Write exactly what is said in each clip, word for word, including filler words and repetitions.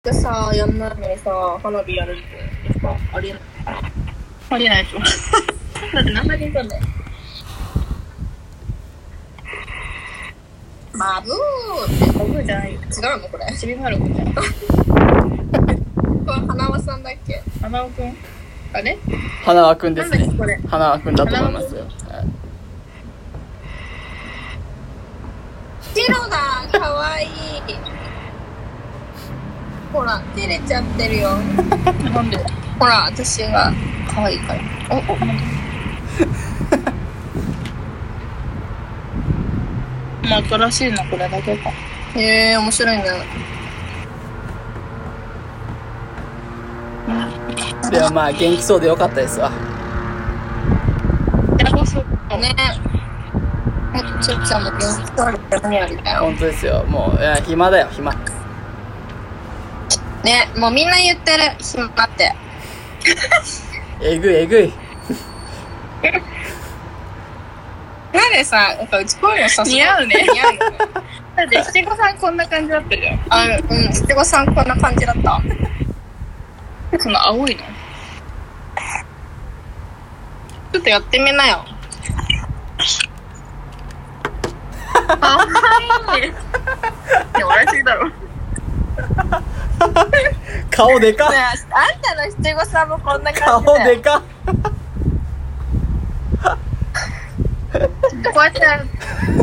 でさ、やんないのにさ、花火やるってやっぱありえない。 ありえないでしょ。だって何回言ったんだよ。 マブーってバブーじゃないよ。 違うのこれ。 ちびまる子じゃん。 これ花輪さんだっけ？ 花尾くんあれ花輪くんですねなんだっけこれ。 花輪くんだと思いますよ。 白だ、かわいい。ほら、照れちゃってるよ。 なんでほら、私が可愛いから。 お、お、なんでまあ、新しいのこれだけか。 へえー、面白いね。 でもまあ元気そうでよかったですわ。 こちらこそ。 ねえ。もっとちょっちゃんも元気そうで何やりたいよ。 本当ですよ。もういや暇だよ暇。 ね、もうみんな言ってる。暇って。 えぐいえぐい。 なんでさ、なんかうちこういうのさ、 似合うね似合うよね。 だって七五三こんな感じだったじゃん。 あ、うん、七五三こんな感じだった。 その青いのちょっとやってみなよ。 かわいい。いや、笑いすぎだろ。 顔でかねえ、あんたの七五三もこんな感顔じだよ。 でかこうやってやる。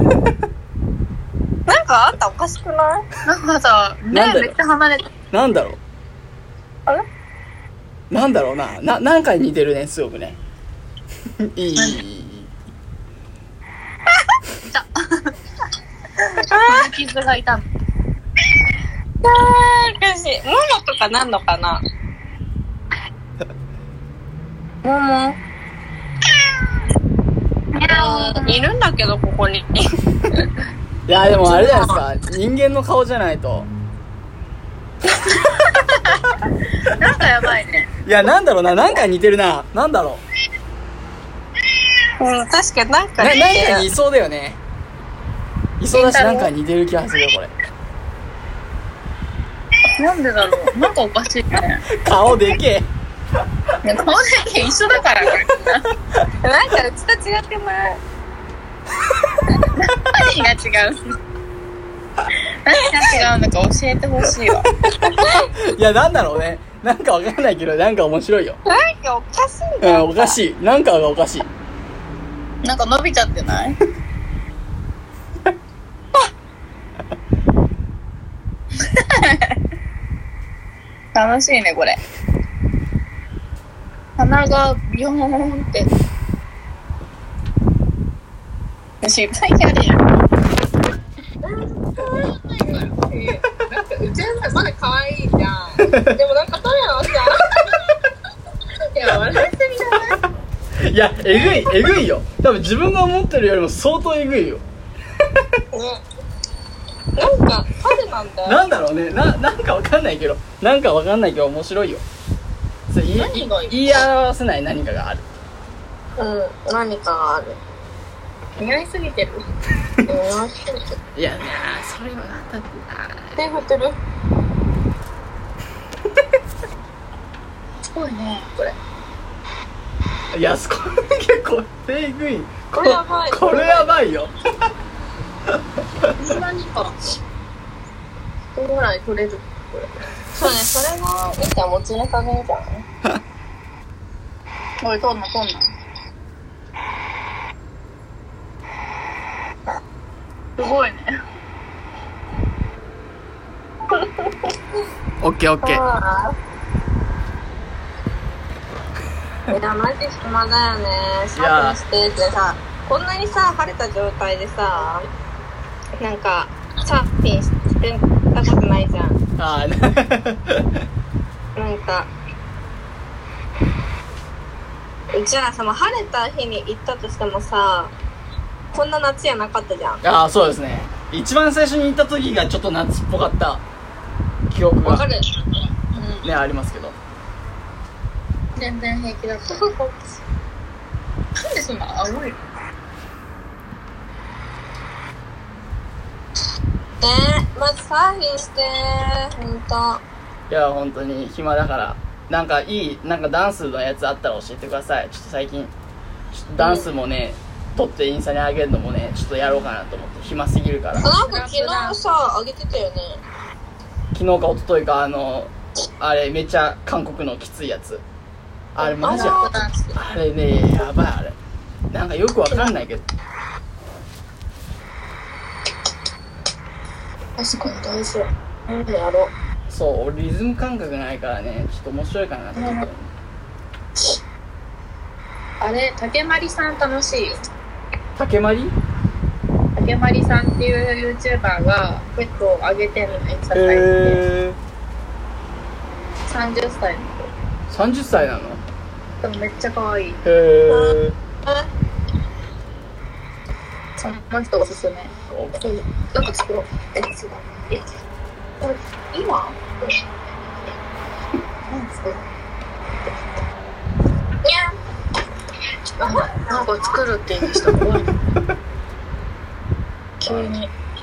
なんかあんたおかしくない？ なんかさ、 なんだろう目めっちゃ離れて。 なんだろうあれ？ なんだろうなななんかに似てるねすごくね。いいいいいい。 傷が痛む。 あー、おかしい。ももとかなんのかな？もも。うん、いるんだけど、ここに。 いやでもあれじゃないですか、人間の顔じゃないと。 なんかやばいね。 いやなんだろうな、なんかに似てるな。なんだろうん、確かになんうな、 か似てる。 なんかにいそうだよね。いそうだし、なんか似てる気がするよこれ。 なんでだろう。なんかおかしいね。 顔でけえ。 ね、顔だけ一緒だから、これ。 なんかうちと違ってない。 何が違う何が違うのか教えてほしいわ。 いやなんだろうね、なんかわかんないけどなんか面白いよ。 なんかおかしいんうだよ。 ん、おかしい。なんかがおかしい。 なんか伸びちゃってない楽しいね、これ。鼻がビヨーンって。私、最近あるじゃん。 なんかうちのさ、まだ可愛いじゃん。でもなんかトイレのさ、いや、笑いすぎじゃない？ いやえぐいえぐいよ。多分自分が思ってるよりも相当えぐいよ。 ね。なんか春なんだよ。 なんだろうね、ななんかわかんないけど、なんかわかんないけど面白いよ。それ言い何がいい言い表せない何かがある。 うん、何かがある。 似合いすぎてる。 うん、何してるいやね、それはだって手振ってる。 すごいね、これ。 いやそこ結構えぐい。 これやばい。 これやばいよ。 何か。一ぐらい取れる。これ。 そうね、それがみーちゃん持ちの加減じゃない？ おい、取んな、取んな。すごいね。 オッケーオッケー。 あーいや、マジ暇だよね。シャンプーしてってさ、こんなにさ、晴れた状態でさ、なんか、サーフィンしてたことないじゃん。 あーなんか、うちらさ、もう晴れた日に行ったとしてもさ、こんな夏やなかったじゃん。 あーそうですね。一番最初に行った時がちょっと夏っぽかった記憶がわかる？ ねありますけど。 全然平気だった。なんでそんな青いの？ ねまずサーフィンして、ほんと。 いや本当に暇だから、なんかいいなんかダンスのやつあったら教えてください。ちょっと最近ちょっとダンスもね、うん、撮ってインスタに上げるのもねちょっとやろうかなと思って、暇すぎるから。 あ、なんか昨日さ上げてたよね。 昨日か一昨日か、あのあれめっちゃ韓国のきついやつ、あれマジあれねやばい、あれなんかよくわかんないけど、 確かに大事。なんでやろう。 そう俺リズム感覚ないからね、ちょっと面白いかなと思って、うん、 あれ竹まりさん楽しいよ。 竹まり竹まりさんっていう YouTuber が結構上げてるの、エクササイズで。さんじゅっさいの子。 さんじゅっさいなの？ でもめっちゃ可愛い。へー。 その人おすすめ。 なんか作ろう。え、違う。え、今？何作る？いや。 なんか作るって言いした怖い。急に。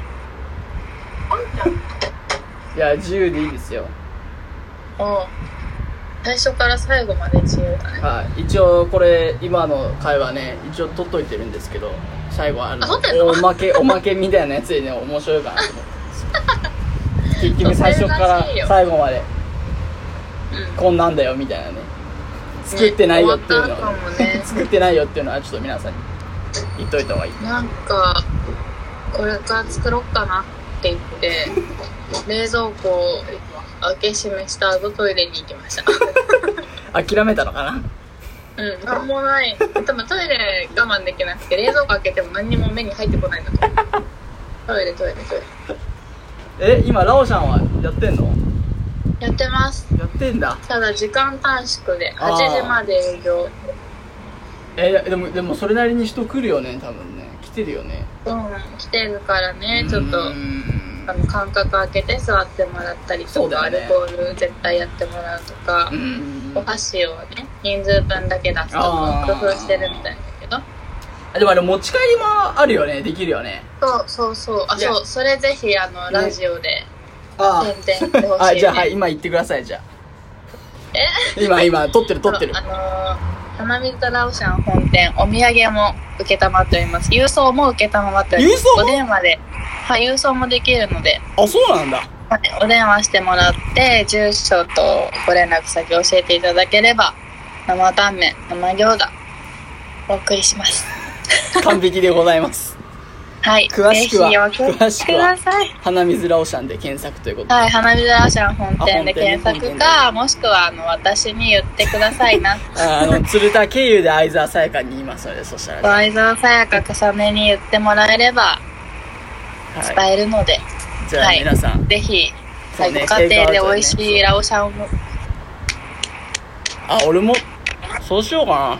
いや自由でいいですよ。 うん。最初から最後まで自由だね。 はい、一応これ今の会話ね一応取っといてるんですけど、最後あるのおまけおまけみたいなやつでね面白いかなと思って結局最初から最後まで、うん、こんなんだよみたいなね、作ってないよっていうのは、ねね、作ってないよっていうのはちょっと皆さんに言っといた方がいい。 なんかこれから作ろうかなって言って冷蔵庫を開け閉めした後トイレに行きました諦めたのかな。 うん、なんもない。多分トイレ我慢できなくて冷蔵庫開けても何にも目に入ってこないんだと思うトイレトイレトイレ。え、今ラオちゃんはやってんの？ やってます。 やってんだ。 ただ時間短縮ではちじまで営業。 え、でもでもそれなりに人来るよね多分ね。来てるよね。 うん、来てるからね、ちょっとあの間隔空けて座ってもらったりとか、ね、アルコール絶対やってもらうとか、うん、お箸をね人数分だけ出すとか工夫してるみたいだけど。 あ、でもあれ持ち帰りもあるよね、できるよね。 そうそうそう、あ、そう、それぜひあのラジオで宣伝してほしい、ね、 ああ、じゃあはい今言ってください。じゃあえ今今撮ってる撮ってる。 あのー花水ラオシャン本店お土産も受けたまっております。郵送も受けたまっております。お電話で、はい、郵送もできるので。 あ、そうなんだ。 はい、お電話してもらって住所とご連絡先教えていただければ生タンメン生餃子お送りします完璧でございますはい、 詳しくは詳しくは花水ラオシャンで検索ということで、 はい、花水ラオシャン本店で検索か、もしくはあの私に言ってくださいなああの鶴田経由で相沢さやかに言いますので、そしたら相沢さやかかさねに言ってもらえれば伝えるので、はい、 じゃあ皆さん、 はい、ぜひ、はい、ね、ご家庭で美味しいラオシャンを、 あ、俺もそうしようかな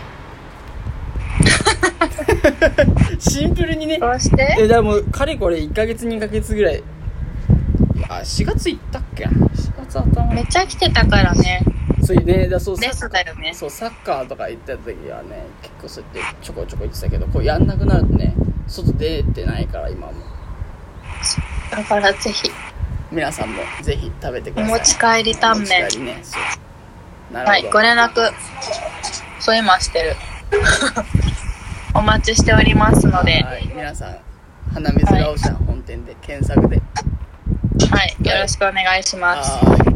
シンプルにね。 そうして。 え、でもかれこれいっかげつにかげつぐらい。あ、しがつ行ったっけな。しがつ頭。 めっちゃ来てたからね。 そうね、だそうでしたよね。 そうサッカーとか行った時はね、結構そうやってちょこちょこ行ってたけど、こうやんなくなるとね、外出てないから今も。 だからぜひ皆さんもぜひ食べてください。 お持ち帰りタンメン。お持ち帰りね。そう。なるほど。はい、ご連絡そう今してる。お待ちしておりますので、 はい、皆さん花水ラオシャン本店で検索で、 はい、はい、よろしくお願いします。 はい。